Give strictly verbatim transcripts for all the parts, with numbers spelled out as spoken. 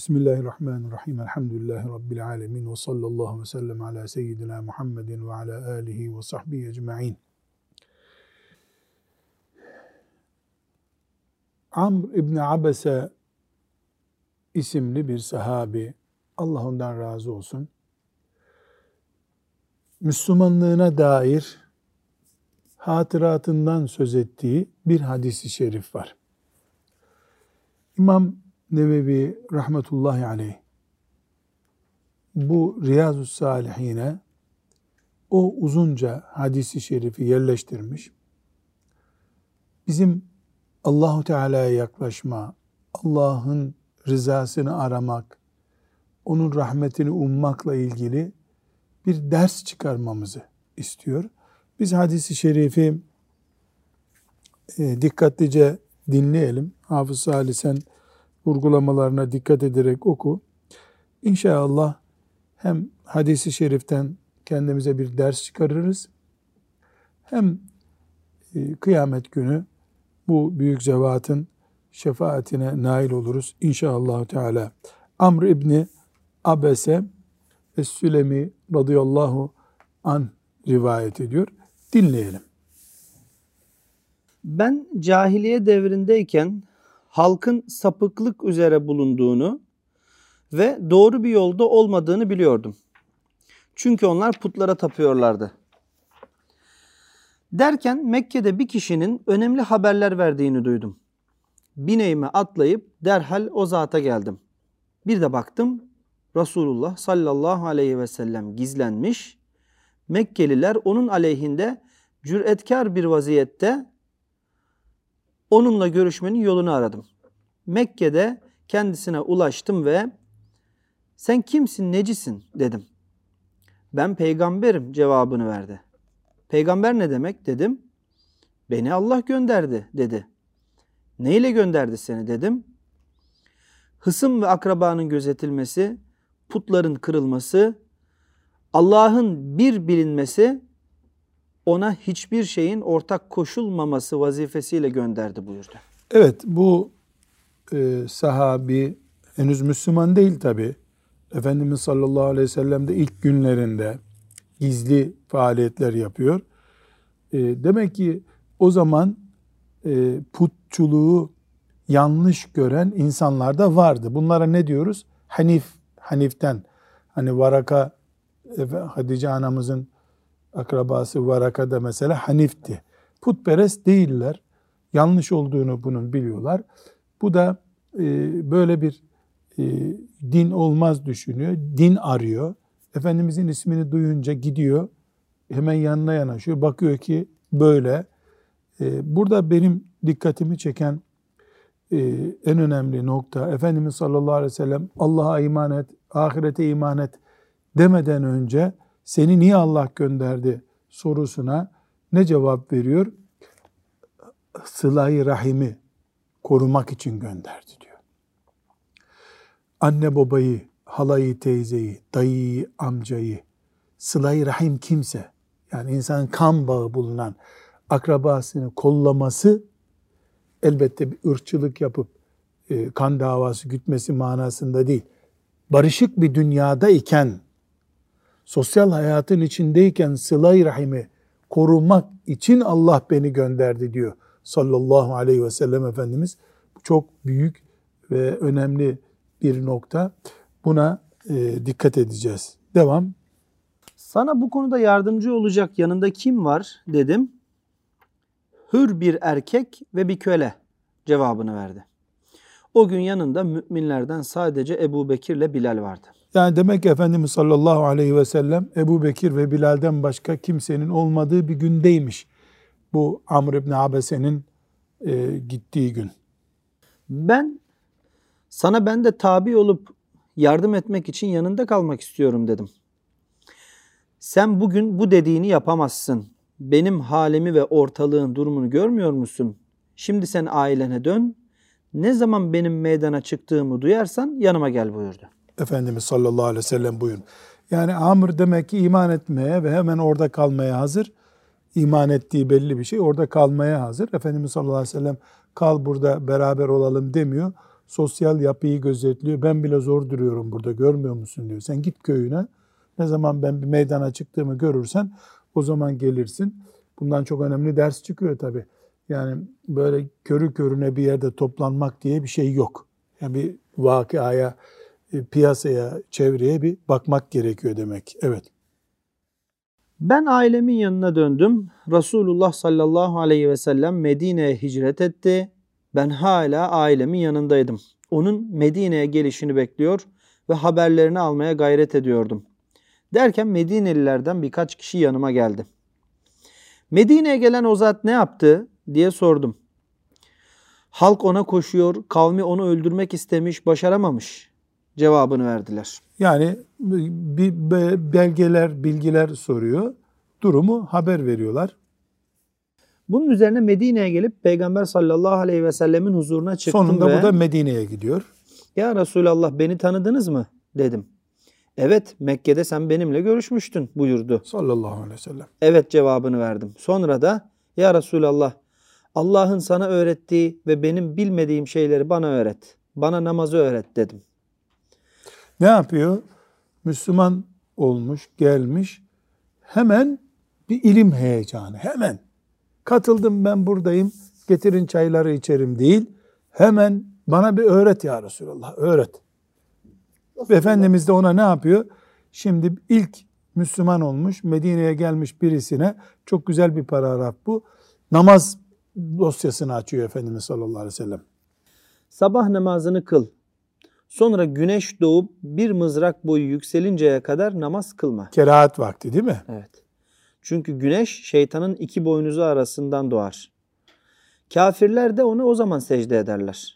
Bismillahirrahmanirrahim. Elhamdülillahi Rabbil alemin. Ve sallallahu ve sellem ala seyyidina Muhammedin ve ala alihi ve sahbihi ecma'in. Amr İbni Abese isimli bir sahabi, Allah ondan razı olsun, Müslümanlığına dair hatıratından söz ettiği bir hadis-i şerif var. İmam Nevevi rahmetullahi aleyh bu Riyazu Salihine o uzunca hadisi şerifi yerleştirmiş. Bizim Allahu Teala'ya yaklaşma, Allah'ın rızasını aramak, onun rahmetini ummakla ilgili bir ders çıkarmamızı istiyor. Biz hadisi şerifi e, dikkatlice dinleyelim. Hafız Salih, sen vurgulamalarına dikkat ederek oku. İnşallah hem hadisi şeriften kendimize bir ders çıkarırız, hem e, kıyamet günü bu büyük zevatın şefaatine nail oluruz İnşallah Teala. Amr İbni Abese Es-Sülemi radıyallahu anh rivayet ediyor. Dinleyelim. Ben cahiliye devrindeyken halkın sapıklık üzere bulunduğunu ve doğru bir yolda olmadığını biliyordum. Çünkü onlar putlara tapıyorlardı. Derken Mekke'de bir kişinin önemli haberler verdiğini duydum. Bineğime atlayıp derhal o zata geldim. Bir de baktım Resulullah sallallahu aleyhi ve sellem gizlenmiş. Mekkeliler onun aleyhinde cüretkar bir vaziyette onunla görüşmenin yolunu aradım. Mekke'de kendisine ulaştım ve sen kimsin, necisin dedim. Ben peygamberim cevabını verdi. Peygamber ne demek dedim. Beni Allah gönderdi dedi. Neyle gönderdi seni dedim. Hısım ve akrabanın gözetilmesi, putların kırılması, Allah'ın bir bilinmesi, ona hiçbir şeyin ortak koşulmaması vazifesiyle gönderdi buyurdu. Evet, bu e, sahabi henüz Müslüman değil tabi. Efendimiz sallallahu aleyhi ve sellem de ilk günlerinde gizli faaliyetler yapıyor. E, demek ki o zaman e, putçuluğu yanlış gören insanlar da vardı. Bunlara ne diyoruz? Hanif, Hanif'ten. Hani Varaka, Hatice anamızın akrabası Varaka da mesela Hanif'ti. Putperest değiller. Yanlış olduğunu bunun biliyorlar. Bu da e, böyle bir e, din olmaz düşünüyor. Din arıyor. Efendimizin ismini duyunca gidiyor. Hemen yanına yanaşıyor. Bakıyor ki böyle. E, burada benim dikkatimi çeken e, en önemli nokta, Efendimiz sallallahu aleyhi ve sellem Allah'a iman et, ahirete iman et demeden önce seni niye Allah gönderdi sorusuna ne cevap veriyor? Sıla-i rahimi korumak için gönderdi diyor. Anne babayı, halayı teyzeyi, dayıyı, amcayı, sıla-i rahim kimse, yani insanın kan bağı bulunan akrabasını kollaması, elbette bir ırkçılık yapıp e, kan davası gütmesi manasında değil. Barışık bir dünyada iken, sosyal hayatın içindeyken sıla-i rahimi korumak için Allah beni gönderdi diyor sallallahu aleyhi ve sellem Efendimiz. Çok büyük ve önemli bir nokta. Buna e, dikkat edeceğiz. Devam. Sana bu konuda yardımcı olacak yanında kim var dedim. Hür bir erkek ve bir köle cevabını verdi. O gün yanında müminlerden sadece Ebu Bekir ile Bilal vardı. Yani demek ki Efendimiz sallallahu aleyhi ve sellem Ebu Bekir ve Bilal'den başka kimsenin olmadığı bir gündeymiş. Bu Amr İbni Abese'nin e, gittiği gün. Ben sana ben de tabi olup yardım etmek için yanında kalmak istiyorum dedim. Sen bugün bu dediğini yapamazsın. Benim halimi ve ortalığın durumunu görmüyor musun? Şimdi sen ailene dön. Ne zaman benim meydana çıktığımı duyarsan yanıma gel buyurdu. Efendimiz sallallahu aleyhi ve sellem buyurun. Yani Amr demek ki iman etmeye ve hemen orada kalmaya hazır. İman ettiği belli bir şey. Orada kalmaya hazır. Efendimiz sallallahu aleyhi ve sellem kal burada beraber olalım demiyor. sosyal yapıyı gözetliyor. Ben bile zor duruyorum burada, görmüyor musun diyor. Sen git köyüne. Ne zaman ben bir meydana çıktığımı görürsen o zaman gelirsin. Bundan çok önemli ders çıkıyor tabii. Yani böyle körü körüne bir yerde toplanmak diye bir şey yok. Yani bir vakıaya, piyasaya, çevreye bir bakmak gerekiyor demek. Evet. Ben ailemin yanına döndüm. Resulullah sallallahu aleyhi ve sellem Medine'ye hicret etti. Ben hala ailemin yanındaydım. Onun Medine'ye gelişini bekliyor ve haberlerini almaya gayret ediyordum. Derken Medinelilerden birkaç kişi yanıma geldi. Medine'ye gelen o zat ne yaptı diye sordum. Halk ona koşuyor, kavmi onu öldürmek istemiş, başaramamış cevabını verdiler. Yani bir belgeler, bilgiler soruyor. Durumu haber veriyorlar. Bunun üzerine Medine'ye gelip Peygamber sallallahu aleyhi ve sellemin huzuruna çıktım. Sonunda ve bu da Medine'ye gidiyor. Ya Resulallah, beni tanıdınız mı dedim. Evet, Mekke'de sen benimle görüşmüştün buyurdu. Sallallahu aleyhi ve sellem. Evet cevabını verdim. Sonra da ya Resulallah, Allah'ın sana öğrettiği ve benim bilmediğim şeyleri bana öğret. Bana namazı öğret dedim. Ne yapıyor? Müslüman olmuş, gelmiş. Hemen bir ilim heyecanı. Hemen. Katıldım, ben buradayım. Getirin çayları içerim değil. Hemen bana bir öğret ya Resulallah. Öğret. Resulullah. Efendimiz de ona ne yapıyor? Şimdi ilk Müslüman olmuş, Medine'ye gelmiş birisine çok güzel bir paragraf bu. Namaz dosyasını açıyor Efendimiz sallallahu aleyhi ve sellem. Sabah namazını kıl. Sonra güneş doğup bir mızrak boyu yükselinceye kadar namaz kılma. Kerahat vakti değil mi? Evet. Çünkü güneş şeytanın iki boynuzu arasından doğar. Kafirler de ona o zaman secde ederler.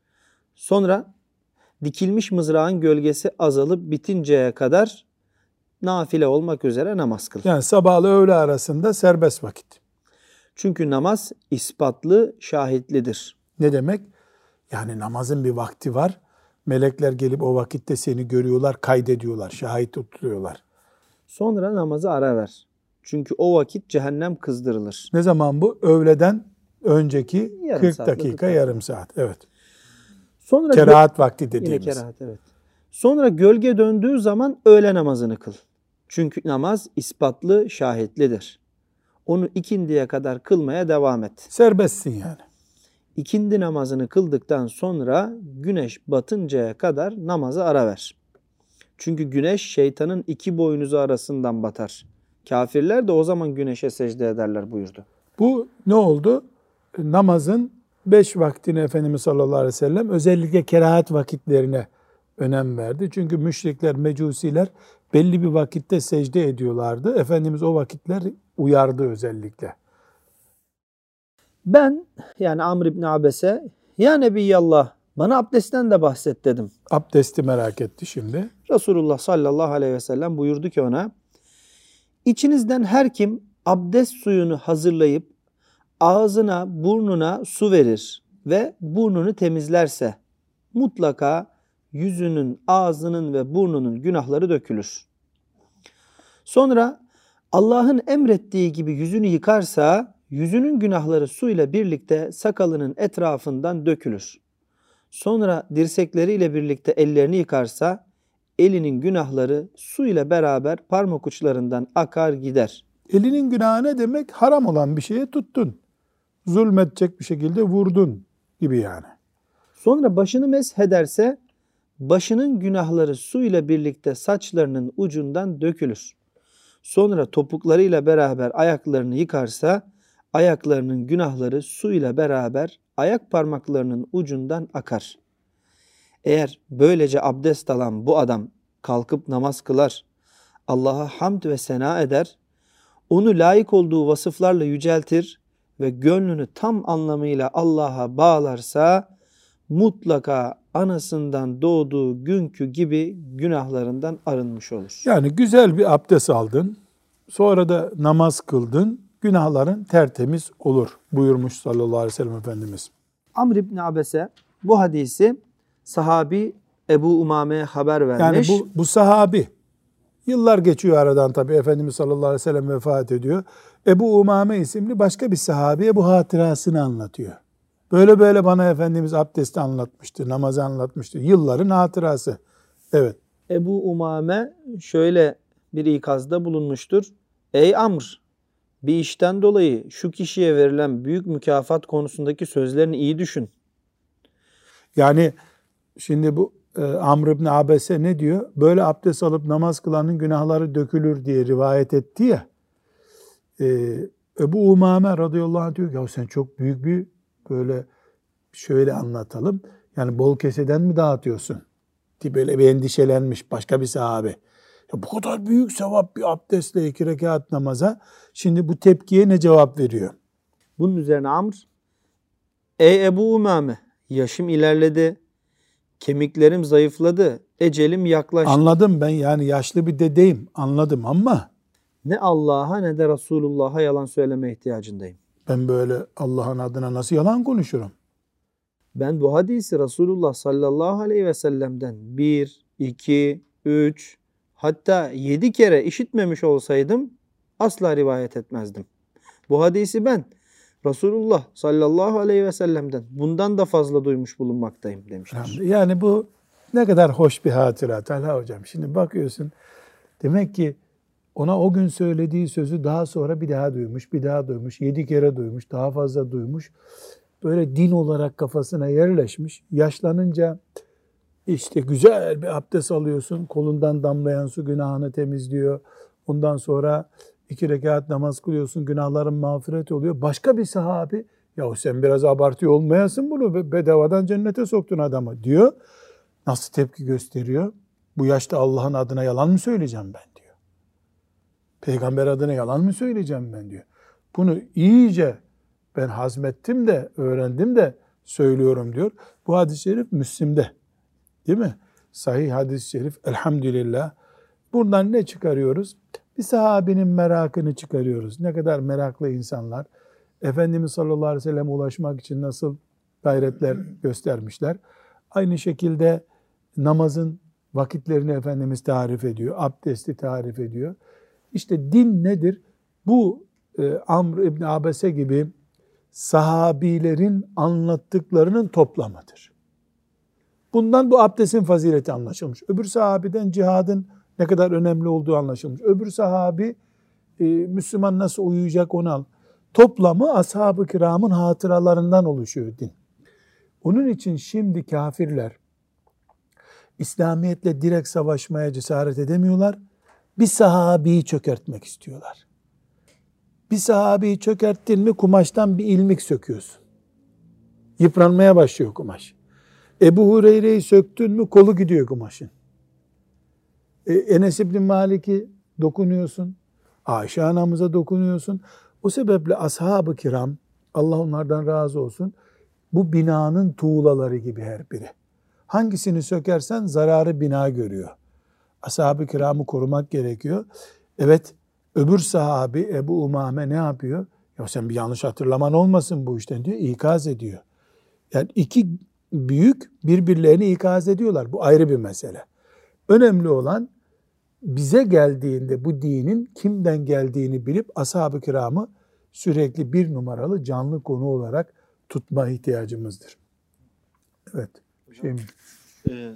Sonra dikilmiş mızrağın gölgesi azalıp bitinceye kadar nafile olmak üzere namaz kıl. Yani sabahla öğle arasında serbest vakit. Çünkü namaz ispatlı, şahitlidir. Ne demek? Yani namazın bir vakti var. Melekler gelip o vakitte seni görüyorlar, kaydediyorlar, şahit tutuyorlar. Sonra namazı ara ver. Çünkü o vakit cehennem kızdırılır. Ne zaman bu? Öğleden önceki yarım kırk saat, dakika, yarım saat. Evet. Sonra kerahat vakti dediğimiz. Yine kerahat, evet. Sonra gölge döndüğü zaman öğle namazını kıl. Çünkü namaz ispatlı, şahitlidir. Onu ikindiye kadar kılmaya devam et. Serbestsin yani. İkindi namazını kıldıktan sonra güneş batıncaya kadar namazı ara ver. Çünkü güneş şeytanın iki boynuzu arasından batar. Kafirler de o zaman güneşe secde ederler buyurdu. Bu ne oldu? Namazın beş vaktine Efendimiz sallallahu aleyhi ve sellem özellikle kerahat vakitlerine önem verdi. Çünkü müşrikler, mecusiler belli bir vakitte secde ediyorlardı. Efendimiz o vakitler uyardı özellikle. Ben yani Amr ibn Abese, ya Nebiyallah bana abdestten de bahset dedim. Abdesti merak etti şimdi. Resulullah sallallahu aleyhi ve sellem buyurdu ki ona, İçinizden her kim abdest suyunu hazırlayıp ağzına, burnuna su verir ve burnunu temizlerse mutlaka yüzünün, ağzının ve burnunun günahları dökülür. Sonra Allah'ın emrettiği gibi yüzünü yıkarsa yüzünün günahları suyla birlikte sakalının etrafından dökülür. Sonra dirsekleriyle birlikte ellerini yıkarsa elinin günahları su ile beraber parmak uçlarından akar gider. Elinin günahı ne demek? Haram olan bir şeye tuttun. Zulmedecek bir şekilde vurdun gibi yani. Sonra başını meshederse başının günahları su ile birlikte saçlarının ucundan dökülür. Sonra topuklarıyla beraber ayaklarını yıkarsa ayaklarının günahları su ile beraber ayak parmaklarının ucundan akar. Eğer böylece abdest alan bu adam kalkıp namaz kılar, Allah'a hamd ve sena eder, onu layık olduğu vasıflarla yüceltir ve gönlünü tam anlamıyla Allah'a bağlarsa mutlaka anasından doğduğu günkü gibi günahlarından arınmış olur. Yani güzel bir abdest aldın, sonra da namaz kıldın, günahların tertemiz olur buyurmuş sallallahu aleyhi ve sellem Efendimiz. Amr ibn Abese bu hadisi sahabi Ebu Umame'ye haber vermiş. Yani bu, bu sahabi. Yıllar geçiyor aradan tabii. Efendimiz sallallahu aleyhi ve sellem vefat ediyor. Ebu Umame isimli başka bir sahabiye bu hatırasını anlatıyor. Böyle böyle bana Efendimiz abdesti anlatmıştı, namazı anlatmıştı. Yılların hatırası. Evet. Ebu Umame şöyle bir ikazda bulunmuştur. Ey Amr, bir işten dolayı şu kişiye verilen büyük mükafat konusundaki sözlerini iyi düşün. Yani şimdi bu e, Amr ibn Abese ne diyor? Böyle abdest alıp namaz kılanın günahları dökülür diye rivayet etti ya. E, Ebu Umame radıyallahu anh diyor ki ya sen çok büyük bir böyle şöyle anlatalım. Yani bol keseden mi dağıtıyorsun? Diye böyle bir endişelenmiş başka bir sahabe. Ya bu kadar büyük sevap bir abdestle iki rekat namaza. Şimdi bu tepkiye ne cevap veriyor? Bunun üzerine Amr, ey Ebu Umame, yaşım ilerledi, kemiklerim zayıfladı, ecelim yaklaştı. Anladım ben, yani yaşlı bir dedeyim, anladım ama Ne Allah'a ne de Resulullah'a yalan söyleme ihtiyacındayım. ben böyle Allah'ın adına nasıl yalan konuşurum? Ben bu hadisi Resulullah sallallahu aleyhi ve sellem'den bir, iki, üç, hatta yedi kere işitmemiş olsaydım asla rivayet etmezdim. Bu hadisi ben Resulullah sallallahu aleyhi ve sellem'den bundan da fazla duymuş bulunmaktayım demiştir. Yani bu ne kadar hoş bir hatıra Talha hocam. Şimdi bakıyorsun, demek ki ona o gün söylediği sözü daha sonra bir daha duymuş, bir daha duymuş, yedi kere duymuş, daha fazla duymuş. Böyle din olarak kafasına yerleşmiş. Yaşlanınca işte güzel bir abdest alıyorsun, kolundan damlayan su günahını temizliyor. Ondan sonra iki rekat namaz kılıyorsun, günahların mağfiret oluyor. Başka bir sahabi, ya sen biraz abartıyor olmayasın bunu, bedavadan cennete soktun adamı diyor. Nasıl tepki gösteriyor? Bu yaşta Allah'ın adına yalan mı söyleyeceğim ben diyor. Peygamber adına yalan mı söyleyeceğim ben diyor. Bunu iyice ben hazmettim de, öğrendim de söylüyorum diyor. Bu hadis-i şerif Müslim'de. Değil mi? Sahih hadis-i şerif. Elhamdülillah. Buradan ne çıkarıyoruz? Bir sahabinin merakını çıkarıyoruz. Ne kadar meraklı insanlar. Efendimiz sallallahu aleyhi ve sellem ulaşmak için nasıl gayretler göstermişler. Aynı şekilde namazın vakitlerini Efendimiz tarif ediyor. Abdesti tarif ediyor. İşte din nedir? Bu e, Amr ibn Abese gibi sahabilerin anlattıklarının toplamıdır. Bundan bu abdestin fazileti anlaşılmış. Öbür sahabiden cihadın ne kadar önemli olduğu anlaşılmış. Öbür sahabi e, Müslüman nasıl uyuyacak onu al. Toplamı ashab-ı kiramın hatıralarından oluşuyor din. Onun için şimdi kafirler İslamiyetle direkt savaşmaya cesaret edemiyorlar. Bir sahabeyi çökertmek istiyorlar. Bir sahabeyi çökerttin mi kumaştan bir ilmik söküyorsun. Yıpranmaya başlıyor kumaş. Ebu Hureyre'yi söktün mü kolu gidiyor kumaşın. E, Enes İbn Malik'i dokunuyorsun. Ayşe anamıza dokunuyorsun. O sebeple ashab-ı kiram, Allah onlardan razı olsun, bu binanın tuğlaları gibi her biri. Hangisini sökersen zararı bina görüyor. Ashab-ı kiramı korumak gerekiyor. Evet, öbür sahabi Ebu Umame ne yapıyor? Ya sen bir yanlış hatırlaman olmasın bu işten diyor, ikaz ediyor. Yani iki büyük birbirlerini ikaz ediyorlar. Bu ayrı bir mesele. Önemli olan bize geldiğinde bu dinin kimden geldiğini bilip ashab-ı kiramı sürekli bir numaralı canlı konu olarak tutma ihtiyacımızdır. Evet. Şey mi? Ee,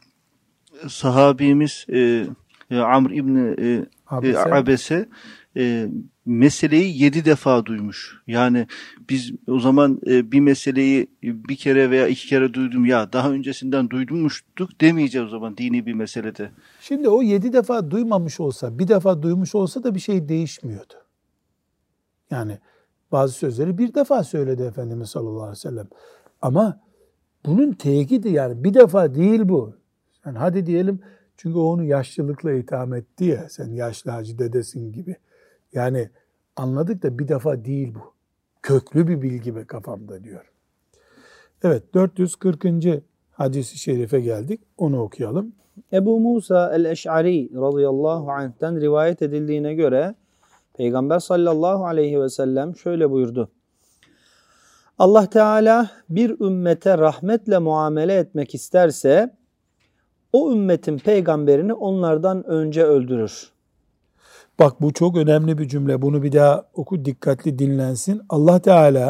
sahabimiz e, Amr İbni e, Abese, e, Abese e, meseleyi yedi defa duymuş. Yani biz o zaman e, bir meseleyi bir kere veya iki kere duydum ya daha öncesinden duymuştuk demeyeceğiz o zaman dini bir meselede. Şimdi o yedi defa duymamış olsa, bir defa duymuş olsa da bir şey değişmiyordu. Yani bazı sözleri bir defa söyledi Efendimiz sallallahu aleyhi ve sellem. Ama bunun tekidi, yani bir defa değil bu. Yani hadi diyelim, çünkü o onu yaşlılıkla itham etti ya, sen yaşlı hacı dedesin gibi. Yani anladık da bir defa değil bu. Köklü bir bilgi be kafamda diyor. Evet, dört yüz kırkıncı hadis-i şerife geldik. Onu okuyalım. Ebu Musa el-Eş'ari radıyallahu anh'ten rivayet edildiğine göre Peygamber sallallahu aleyhi ve sellem şöyle buyurdu. Allah Teala bir ümmete rahmetle muamele etmek isterse o ümmetin peygamberini onlardan önce öldürür. Bak bu çok önemli bir cümle. Bunu bir daha oku, dikkatli dinlensin. Allah Teala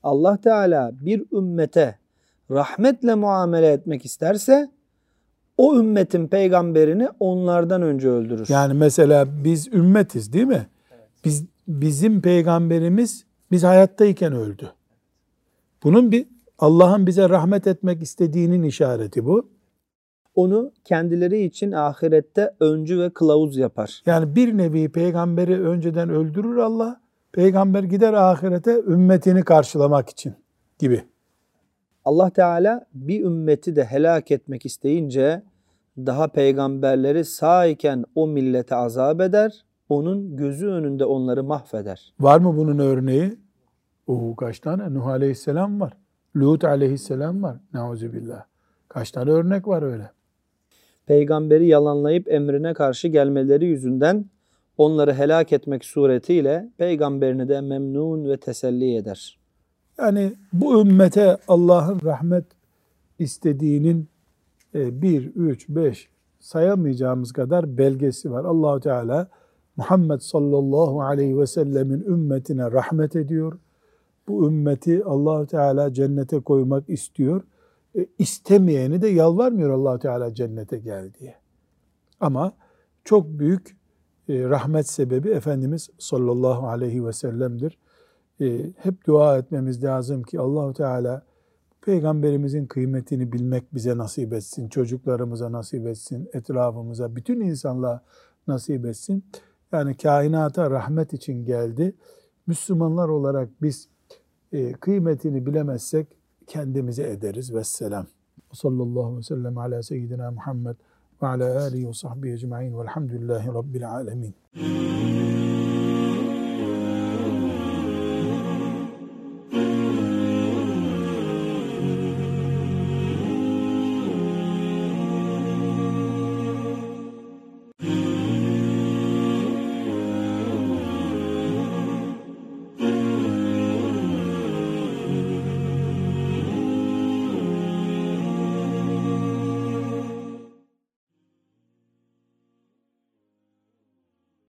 Allah Teala bir ümmete rahmetle muamele etmek isterse o ümmetin peygamberini onlardan önce öldürür. Yani mesela biz ümmetiz değil mi? Biz bizim peygamberimiz biz hayattayken öldü. Bunun bir Allah'ın bize rahmet etmek istediğinin işareti bu. Onu kendileri için ahirette öncü ve kılavuz yapar. Yani bir nevi peygamberi önceden öldürür Allah. Peygamber gider ahirete ümmetini karşılamak için gibi. Allah Teala bir ümmeti de helak etmek isteyince daha peygamberleri sağ iken o millete azap eder, onun gözü önünde onları mahveder. Var mı bunun örneği? Oo, kaç tane? Nuh Aleyhisselam var. Lut Aleyhisselam var. Neuzubillah. Kaç tane örnek var öyle. Peygamberi yalanlayıp emrine karşı gelmeleri yüzünden onları helak etmek suretiyle peygamberini de memnun ve teselli eder. Yani bu ümmete Allah'ın rahmet istediğinin bir, üç, beş sayamayacağımız kadar belgesi var. Allah-u Teala Muhammed sallallahu aleyhi ve sellemin ümmetine rahmet ediyor. Bu ümmeti Allah-u Teala cennete koymak istiyor. E, istemeyeni de yalvarmıyor Allah-u Teala cennete gel diye. Ama çok büyük e, rahmet sebebi Efendimiz sallallahu aleyhi ve sellem'dir. E, hep dua etmemiz lazım ki Allah-u Teala Peygamberimizin kıymetini bilmek bize nasip etsin, çocuklarımıza nasip etsin, etrafımıza, bütün insanlığa nasip etsin. Yani kainata rahmet için geldi. Müslümanlar olarak biz e, kıymetini bilemezsek kendimize ederiz. Vesselam. Sallallahu aleyhi ve sellem ala seyyidina Muhammed ve ala alihi ve sahbihi ecma'in velhamdülillahi rabbil alemin.